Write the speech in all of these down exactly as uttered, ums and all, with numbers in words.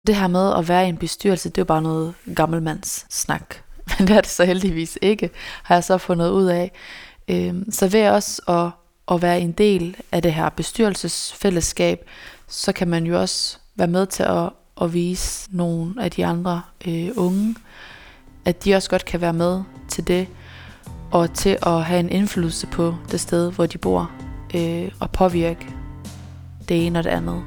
Det her med at være i en bestyrelse, det er jo bare noget gammelmands snak. Men det er det så heldigvis ikke, har jeg så fundet ud af. Øhm, så ved også at, at være en del af det her bestyrelsesfællesskab, så kan man jo også være med til at, at vise nogle af de andre øh, unge, at de også godt kan være med til det, og til at have en indflydelse på det sted, hvor de bor, øh, og påvirke det ene og det andet.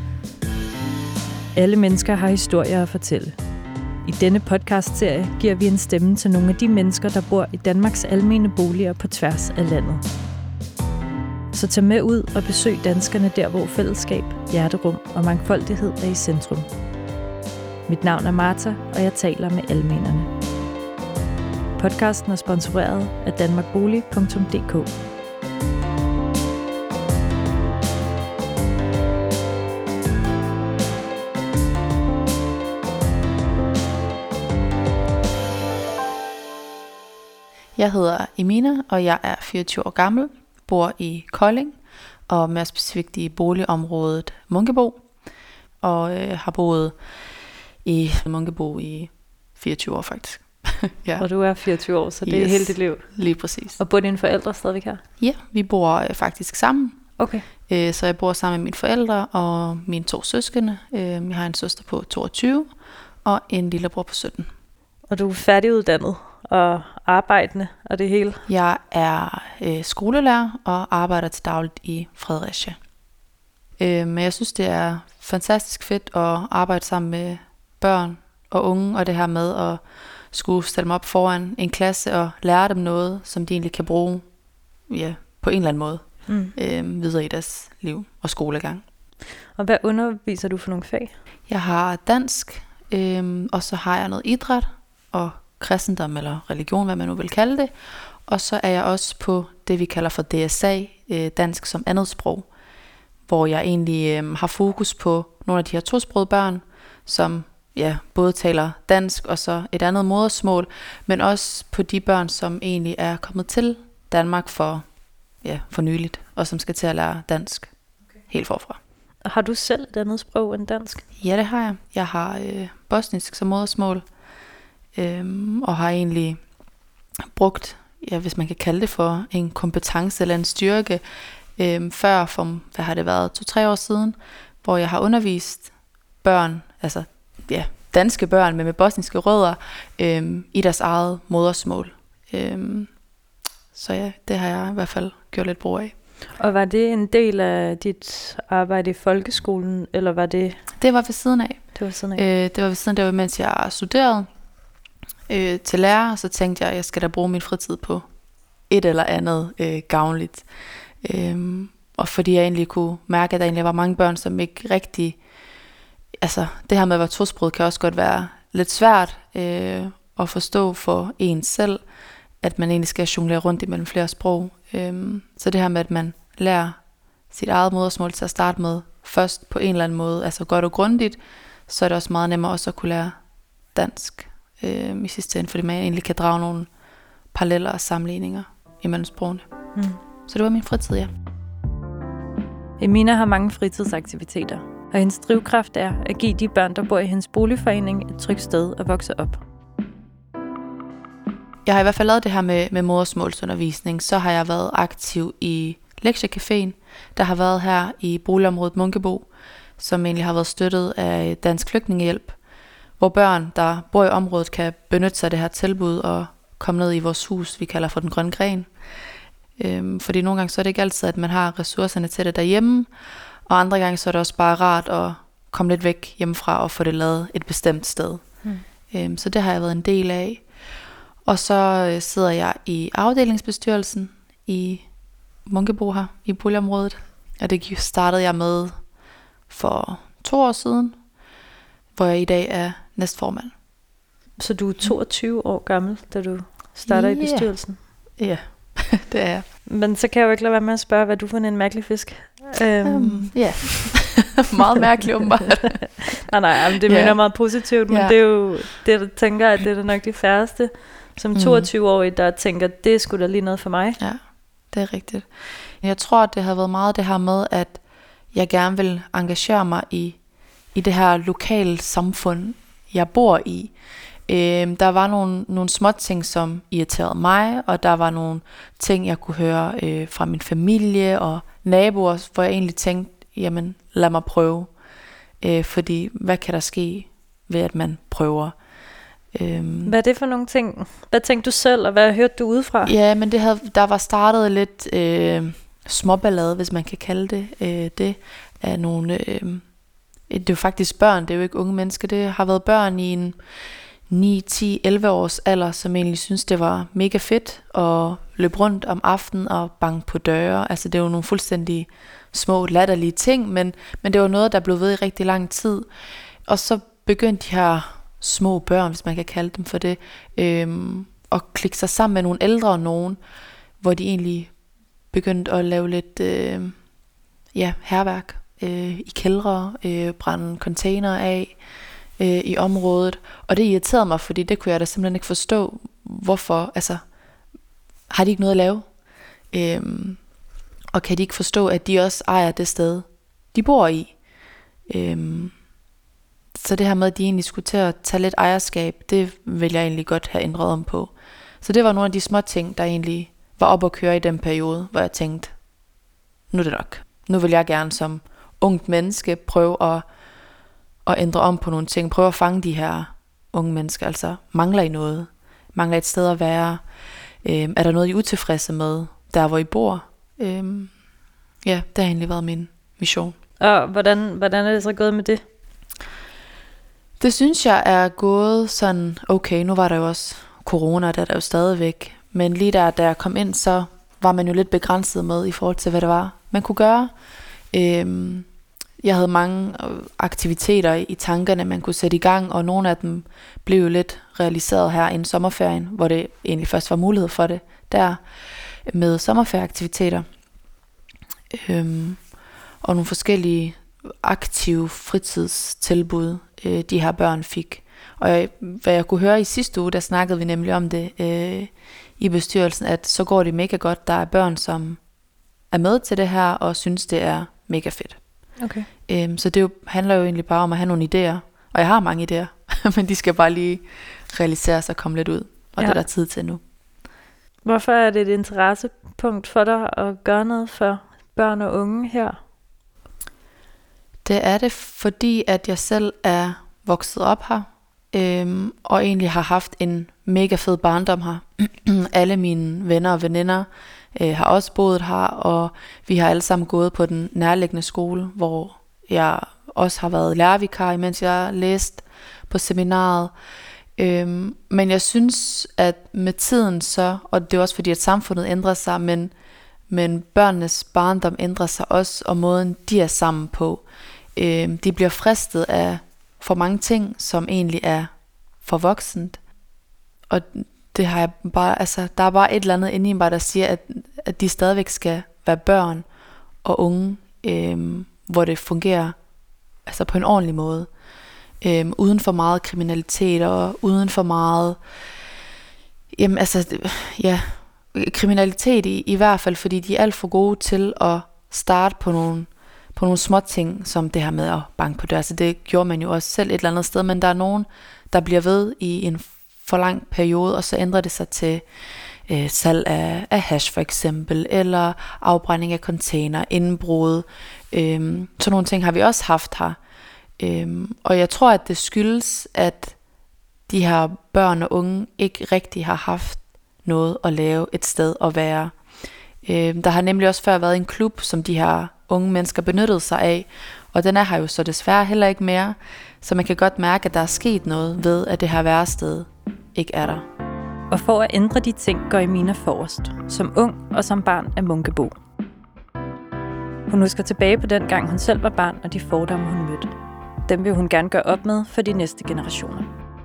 Alle mennesker har historier at fortælle. I denne podcastserie giver vi en stemme til nogle af de mennesker, der bor i Danmarks almene boliger på tværs af landet. Så tag med ud og besøg danskerne der, hvor fællesskab, hjerterum og mangfoldighed er i centrum. Mit navn er Martha, og jeg taler med almenerne. Podcasten er sponsoreret af danmarkbolig punktum d k. Jeg hedder Emina, og jeg er fireogtyve år gammel, bor i Kolding, og mere specifikt i boligområdet Munkebo, og øh, har boet i Munkebo i fireogtyve år faktisk. Ja. Og du er fireogtyve år, så det yes, er hele dit liv? Lige præcis. Og bor dine forældre stadigvæk her? Ja, vi bor øh, faktisk sammen. Okay. Øh, så jeg bor sammen med mine forældre og mine to søskende. Øh, jeg har en søster på toogtyve og en lillebror på sytten. Og du er færdiguddannet og arbejdende og det hele? Jeg er øh, skolelærer og arbejder til dagligt i Fredericia. Øh, men jeg synes, det er fantastisk fedt at arbejde sammen med børn og unge, og det her med at skulle stille mig op foran en klasse og lære dem noget, som de egentlig kan bruge ja, på en eller anden måde mm. øh, videre i deres liv og skolegang. Og hvad underviser du for nogle fag? Jeg har dansk, øh, og så har jeg noget idræt og kristendom eller religion, hvad man nu vil kalde det. Og så er jeg også på det, vi kalder for D S A, øh, dansk som andet sprog, hvor jeg egentlig øh, har fokus på nogle af de her tosprogede børn, som ja, både taler dansk og så et andet modersmål, men også på de børn, som egentlig er kommet til Danmark for, ja, for nyligt, og som skal til at lære dansk okay. helt forfra. Har du selv et andet sprog end dansk? Ja, det har jeg. Jeg har øh, bosnisk som modersmål, Øhm, og har egentlig brugt, ja, hvis man kan kalde det for en kompetence eller en styrke, øhm, før for, hvad har det været, to-tre år siden, hvor jeg har undervist børn, altså ja, danske børn, men med bosniske rødder, øhm, i deres eget modersmål. Øhm, så ja, det har jeg i hvert fald gjort lidt brug af. Og var det en del af dit arbejde i folkeskolen, eller var det? Det var ved siden af. Det var ved siden af. Øh, det var ved siden af, det var mens jeg studerede øh, til lærer, og så tænkte jeg, at jeg skal da bruge min fritid på et eller andet øh, gavnligt. Øhm, og fordi jeg egentlig kunne mærke, at der egentlig var mange børn, som ikke rigtig, altså det her med at være tosproget kan også godt være lidt svært øh, at forstå for en selv, at man egentlig skal jonglere rundt imellem flere sprog. Øhm, så det her med, at man lærer sit eget modersmål til at starte med først på en eller anden måde, altså godt og grundigt, så er det også meget nemmere også at kunne lære dansk øh, i sidste ende, fordi man egentlig kan drage nogle paralleller og sammenligninger imellem sprogene. Mm. Så det var min fritid, ja. Emina har mange fritidsaktiviteter, og hendes drivkraft er at give de børn, der bor i hendes boligforening, et trygt sted at vokse op. Jeg har i hvert fald lavet det her med, med modersmålsundervisning. Så har jeg været aktiv i lektiecaféen, der har været her i boligområdet Munkebo, som egentlig har været støttet af Dansk Flygtningehjælp, hvor børn, der bor i området, kan benytte sig af det her tilbud og komme ned i vores hus, vi kalder for Den Grønne Gren. Øhm, fordi nogle gange så er det ikke altid, at man har ressourcerne til det derhjemme, og andre gange så er det også bare rart at komme lidt væk hjemmefra og få det lavet et bestemt sted. Mm. Øhm, så det har jeg været en del af. Og så øh, sidder jeg i afdelingsbestyrelsen i Munkebo her i boligområdet, og det startede jeg med for to år siden, hvor jeg i dag er næstformand. Så du er toogtyve år gammel, da du starter yeah. i bestyrelsen? Ja, yeah. det er jeg. Men så kan jeg jo ikke lade være med at spørge, hvad du for en mærkelig fisk? Ja, um, um, yeah. meget mærkeligt åbenbart. nej, nej, men det yeah. mener meget positivt, men yeah. det er jo det, jeg tænker, at det er nok de færreste, som toogtyve-årige, der tænker, det er sgu da lige noget for mig. Ja, det er rigtigt. Jeg tror, at det har været meget det her med, at jeg gerne vil engagere mig i i det her lokale samfund, jeg bor i. Øh, der var nogle, nogle små ting, som irriterede mig, og der var nogle ting, jeg kunne høre øh, fra min familie og naboer, hvor jeg egentlig tænkte, jamen lad mig prøve. Øh, fordi hvad kan der ske ved, at man prøver? Øh, hvad er det for nogle ting? Hvad tænkte du selv, og hvad hørte du udefra? Ja, men det havde, der var startet lidt øh, småballade, hvis man kan kalde det øh, det, af nogle... Øh, det er jo faktisk børn, det er jo ikke unge mennesker. Det har været børn i en ni, ti, elleve års alder, som egentlig synes, det var mega fedt at løbe rundt om aftenen og banke på døre. Altså det er jo nogle fuldstændig små, latterlige ting, men, men det var noget, der blev ved i rigtig lang tid. Og så begyndte de her små børn, hvis man kan kalde dem for det, øhm, at klikke sig sammen med nogle ældre og nogen, hvor de egentlig begyndte at lave lidt øh, ja, hærværk øh, i kældre, øh, brænde container af øh, i området. Og det irriterede mig, fordi det kunne jeg da simpelthen ikke forstå, hvorfor, altså, har de ikke noget at lave? Øhm, og kan de ikke forstå, at de også ejer det sted, de bor i? Øhm, så det her med, at de egentlig skulle til at tage lidt ejerskab, det vil jeg egentlig godt have ændret om på. Så det var nogle af de små ting, der egentlig var op at køre i den periode, hvor jeg tænkte, nu er det nok. Nu vil jeg gerne som ungt menneske prøve at, at ændre om på nogle ting. Prøve at fange de her unge mennesker. Altså mangler I noget? Mangler I et sted at være? Øhm, er der noget I er utilfredse med, der hvor I bor? Øhm, ja, det har egentlig været min mission. Og hvordan, hvordan er det så gået med det? Det synes jeg er gået sådan, okay, nu var der jo også corona, der er der jo stadigvæk. Men lige der, da jeg kom ind, så var man jo lidt begrænset med i forhold til, hvad det var, man kunne gøre. Øhm, jeg havde mange aktiviteter i tankerne, man kunne sætte i gang, og nogle af dem blev jo lidt realiseret her inden sommerferien, hvor det egentlig først var mulighed for det der med sommerferieaktiviteter. Øhm, og nogle forskellige aktive fritidstilbud, øh, de her børn fik. Og jeg, hvad jeg kunne høre i sidste uge, der snakkede vi nemlig om det øh, i bestyrelsen, at så går det mega godt. Der er børn, som er med til det her, og synes, det er mega fedt. Okay. Øhm, så det jo, handler jo egentlig bare om at have nogle idéer. Og jeg har mange idéer, men de skal bare lige realiseres og komme lidt ud. Og ja. Det er der tid til nu. Hvorfor er det et interessepunkt for dig at gøre noget for børn og unge her? Det er det, fordi at jeg selv er vokset op her, øhm, og egentlig har haft en mega fed barndom her. Alle mine venner og veninder øh, har også boet her, og vi har alle sammen gået på den nærliggende skole, hvor jeg også har været lærervikar, imens jeg læste på seminaret. Øhm, men jeg synes, at med tiden så, og det er også fordi, at samfundet ændrer sig, men, men børnenes barndom ændrer sig også, og måden de er sammen på. Øhm, de bliver fristet af for mange ting, som egentlig er for voksent. Og det har jeg bare, altså, der er bare et eller andet inde i mig, der siger, at, at de stadigvæk skal være børn og unge, øhm, hvor det fungerer altså på en ordentlig måde. Øhm, uden for meget kriminalitet og uden for meget jamen altså ja kriminalitet i, i hvert fald, fordi de er alt for gode til at starte på nogle på nogle små ting, som det her med at banke på dør. Altså det gjorde man jo også selv et eller andet sted, men der er nogen, der bliver ved i en for lang periode, og så ændrer det sig til øh, salg af, af hash for eksempel, eller afbrænding af container, indbrud. Øhm, sådan nogle ting har vi også haft her. Øhm, og jeg tror, at det skyldes, at de her børn og unge ikke rigtig har haft noget at lave, et sted at være. Øhm, der har nemlig også før været en klub, som de her unge mennesker benyttede sig af, og den er her jo så desværre heller ikke mere, så man kan godt mærke, at der er sket noget ved, at det her værested ikke er der. Og for at ændre de ting, går Emina forrest, som ung og som barn af Munkebo. Hun husker tilbage på den gang, hun selv var barn, og de fordomme, hun mødte. Dem vil hun gerne gøre op med for de næste generationer.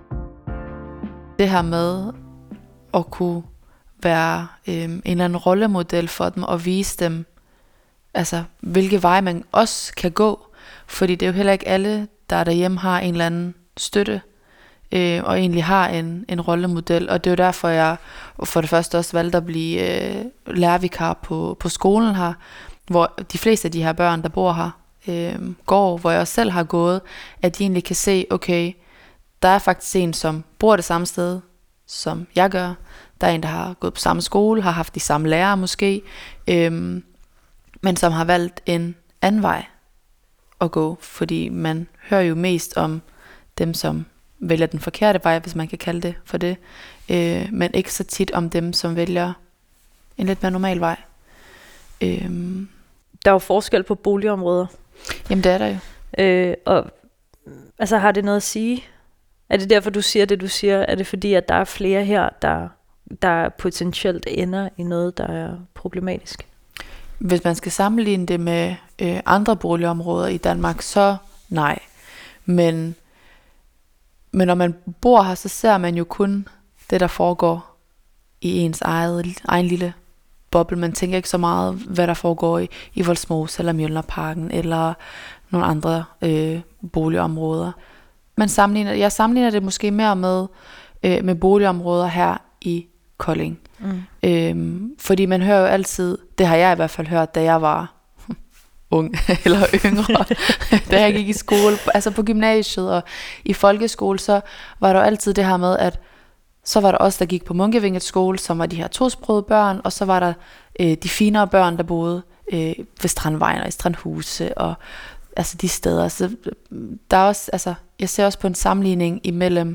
Det her med at kunne være øh, en eller anden rollemodel for dem, og vise dem, altså hvilke veje man også kan gå. Fordi det er jo heller ikke alle, der derhjemme har en eller anden støtte, øh, og egentlig har en, en rollemodel. Og det er jo derfor, jeg for det første også valgte at blive øh, lærervikar på, på skolen her, hvor de fleste af de her børn, der bor her, øh, går, hvor jeg også selv har gået, at de egentlig kan se, okay, der er faktisk en, som bor det samme sted, som jeg gør. Der er en, der har gået på samme skole, har haft de samme lærere måske, øh, men som har valgt en anden vej at gå, fordi man hører jo mest om dem, som vælger den forkerte vej, hvis man kan kalde det for det, øh, men ikke så tit om dem, som vælger en lidt mere normal vej. Øh, Der er jo forskel på boligområder. Jamen det er der jo. Øh, og altså har det noget at sige? Er det derfor, du siger det, du siger? Er det fordi, at der er flere her, der, der potentielt ender i noget, der er problematisk? Hvis man skal sammenligne det med øh, andre boligområder i Danmark, så nej. Men, men når man bor her, så ser man jo kun det, der foregår i ens eget, egen lille boble. Man tænker ikke så meget, hvad der foregår i, i Vollsmose eller Mjølnerparken eller nogle andre øh, boligområder. Man sammenligner, jeg sammenligner det måske mere med, øh, med boligområder her i Kolding. Mm. Øhm, fordi man hører jo altid, det har jeg i hvert fald hørt, da jeg var ung eller yngre, da jeg gik i skole, altså på gymnasiet og i folkeskole, så var der jo altid det her med, at så var der også der gik på Munkevinget skole, som var de her tosprogede børn, og så var der øh, de finere børn, der boede øh, ved Strandvejen og i Strandhuse, og altså de steder. Så der er også, altså, jeg ser også på en sammenligning imellem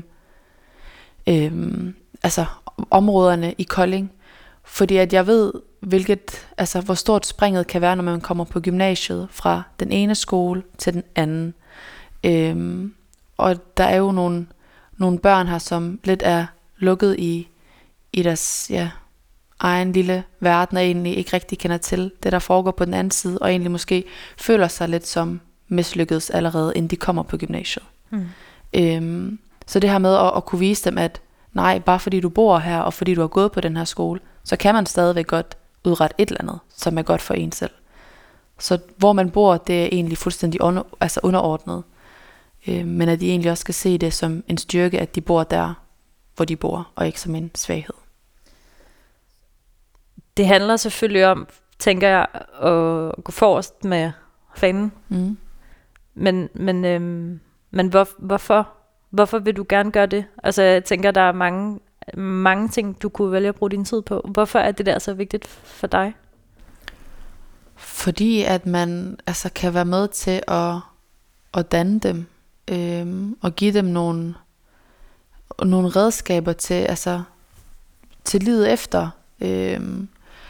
øh, altså områderne i Kolding, fordi at jeg ved, hvilket, altså hvor stort springet kan være, når man kommer på gymnasiet fra den ene skole til den anden. Øhm, og der er jo nogle, nogle børn her, som lidt er lukket i, i deres ja, egen lille verden, og egentlig ikke rigtig kender til det, der foregår på den anden side, og egentlig måske føler sig lidt som mislykkedes allerede, inden de kommer på gymnasiet. Mm. Øhm, så det her med at, at kunne vise dem, at nej, bare fordi du bor her, og fordi du har gået på den her skole, så kan man stadigvæk godt udrette et eller andet, som er godt for en selv. Så hvor man bor, det er egentlig fuldstændig under, altså underordnet. Øh, men at de egentlig også skal se det som en styrke, at de bor der, hvor de bor, og ikke som en svaghed. Det handler selvfølgelig om, tænker jeg, at gå forrest med fanen. Mm. Men, men, øhm, men hvor, hvorfor? Hvorfor vil du gerne gøre det? Altså jeg tænker, der er mange, mange ting, du kunne vælge at bruge din tid på. Hvorfor er det der så vigtigt for dig? Fordi at man altså kan være med til at, at danne dem, øhm, og give dem nogle, nogle redskaber til, altså, til livet efter. Øhm,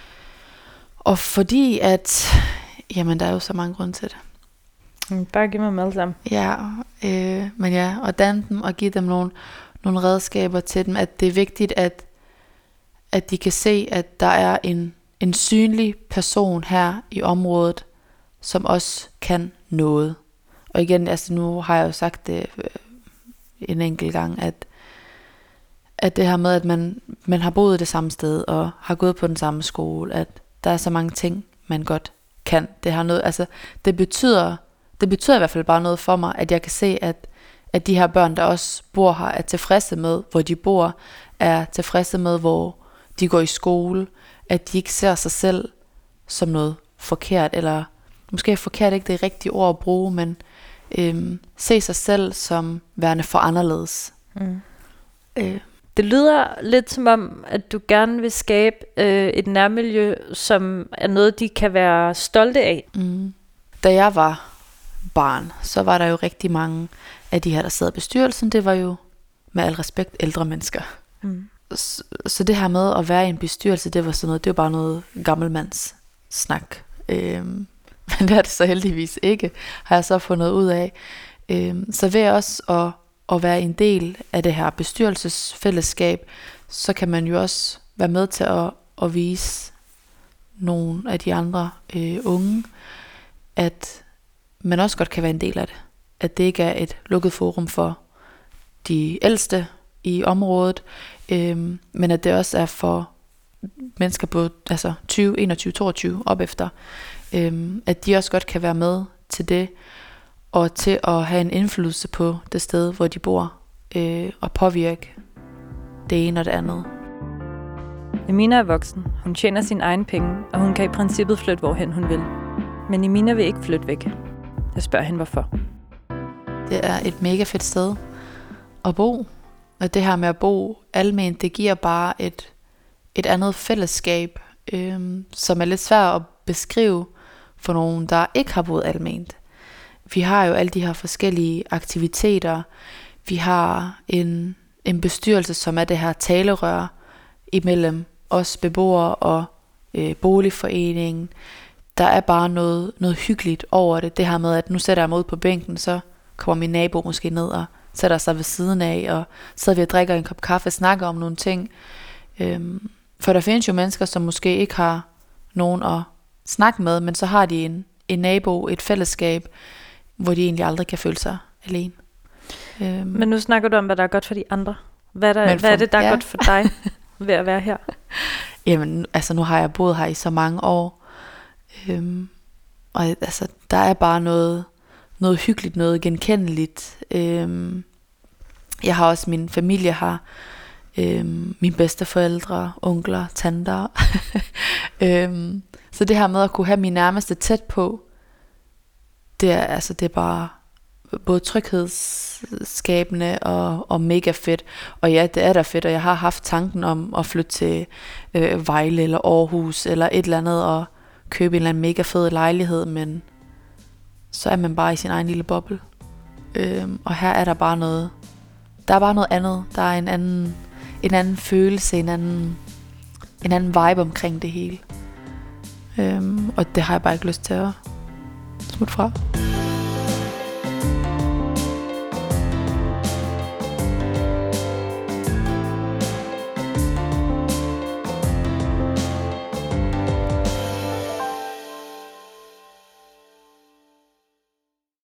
og fordi at, jamen der er jo så mange grunde til det. Bare giv mig dem alle sammen. Ja, øh, men ja, og danne dem og give dem nogle, nogle redskaber til dem, at det er vigtigt, at, at de kan se, at der er en, en synlig person her i området, som også kan noget. Og igen, altså nu har jeg jo sagt det en enkelt gang, at, at det her med, at man, man har boet det samme sted, og har gået på den samme skole, at der er så mange ting, man godt kan. Det har noget, altså det betyder Det betyder i hvert fald bare noget for mig, at jeg kan se, at, at de her børn, der også bor her, er tilfredse med, hvor de bor, er tilfredse med, hvor de går i skole, at de ikke ser sig selv som noget forkert, eller måske er forkert ikke det rigtige ord at bruge, men øhm, se sig selv som værende for anderledes. Mm. Øh. Det lyder lidt som om, at du gerne vil skabe øh, et nærmiljø, som er noget, de kan være stolte af. Mm. Da jeg var barn, så var der jo rigtig mange af de her, der sad i bestyrelsen, det var jo med al respekt ældre mennesker. Mm. Så, så det her med at være i en bestyrelse, det var sådan noget, det var bare noget gammelmands snak. Øhm, men det er det så heldigvis ikke, har jeg så fundet ud af. Øhm, så ved også at, at være en del af det her bestyrelsesfællesskab, så kan man jo også være med til at, at vise nogle af de andre øh, unge, at man også godt kan være en del af det. At det ikke er et lukket forum for de ældste i området, øhm, men at det også er for mennesker på altså tyve, enogtyve, toogtyve op efter, øhm, at de også godt kan være med til det, og til at have en indflydelse på det sted, hvor de bor, øh, og påvirke det ene og det andet. Emina er voksen, hun tjener sin egen penge, og hun kan i princippet flytte hvorhen hun vil. Men Emina vil ikke flytte væk. Jeg spørger hende, hvorfor. Det er et mega fedt sted at bo. Og det her med at bo alment, det giver bare et, et andet fællesskab, øhm, som er lidt svært at beskrive for nogen, der ikke har boet alment. Vi har jo alle de her forskellige aktiviteter. Vi har en, en bestyrelse, som er det her talerør imellem os beboere og øh, boligforeningen. Der er bare noget, noget hyggeligt over det. Det her med, at nu sætter jeg mig ud på bænken, så kommer min nabo måske ned og sætter sig ved siden af, og sidder vi og drikker en kop kaffe og snakker om nogle ting. Øhm, for der findes jo mennesker, som måske ikke har nogen at snakke med, men så har de en, en nabo, et fællesskab, hvor de egentlig aldrig kan føle sig alene. Øhm. Men nu snakker du om, hvad der er godt for de andre. Hvad er, der, for, hvad er det, der er ja. godt for dig ved at være her? Jamen, altså nu har jeg boet her i så mange år, øhm, og altså, der er bare noget, noget hyggeligt, noget genkendeligt. Øhm, jeg har også min familie her, øhm, mine bedsteforældre, onkler, tanter. øhm, så det her med at kunne have mine nærmeste tæt på, det er, altså, det er bare både tryghedsskabende og, og mega fedt. Og ja, det er da fedt, og jeg har haft tanken om at flytte til øh, Vejle eller Aarhus eller et eller andet og købe en eller anden mega fed lejlighed, men så er man bare i sin egen lille boble. Øhm, og her er der bare noget, der er bare noget andet. Der er en anden, en anden følelse, en anden, en anden vibe omkring det hele. Øhm, og det har jeg bare ikke lyst til at smutte fra.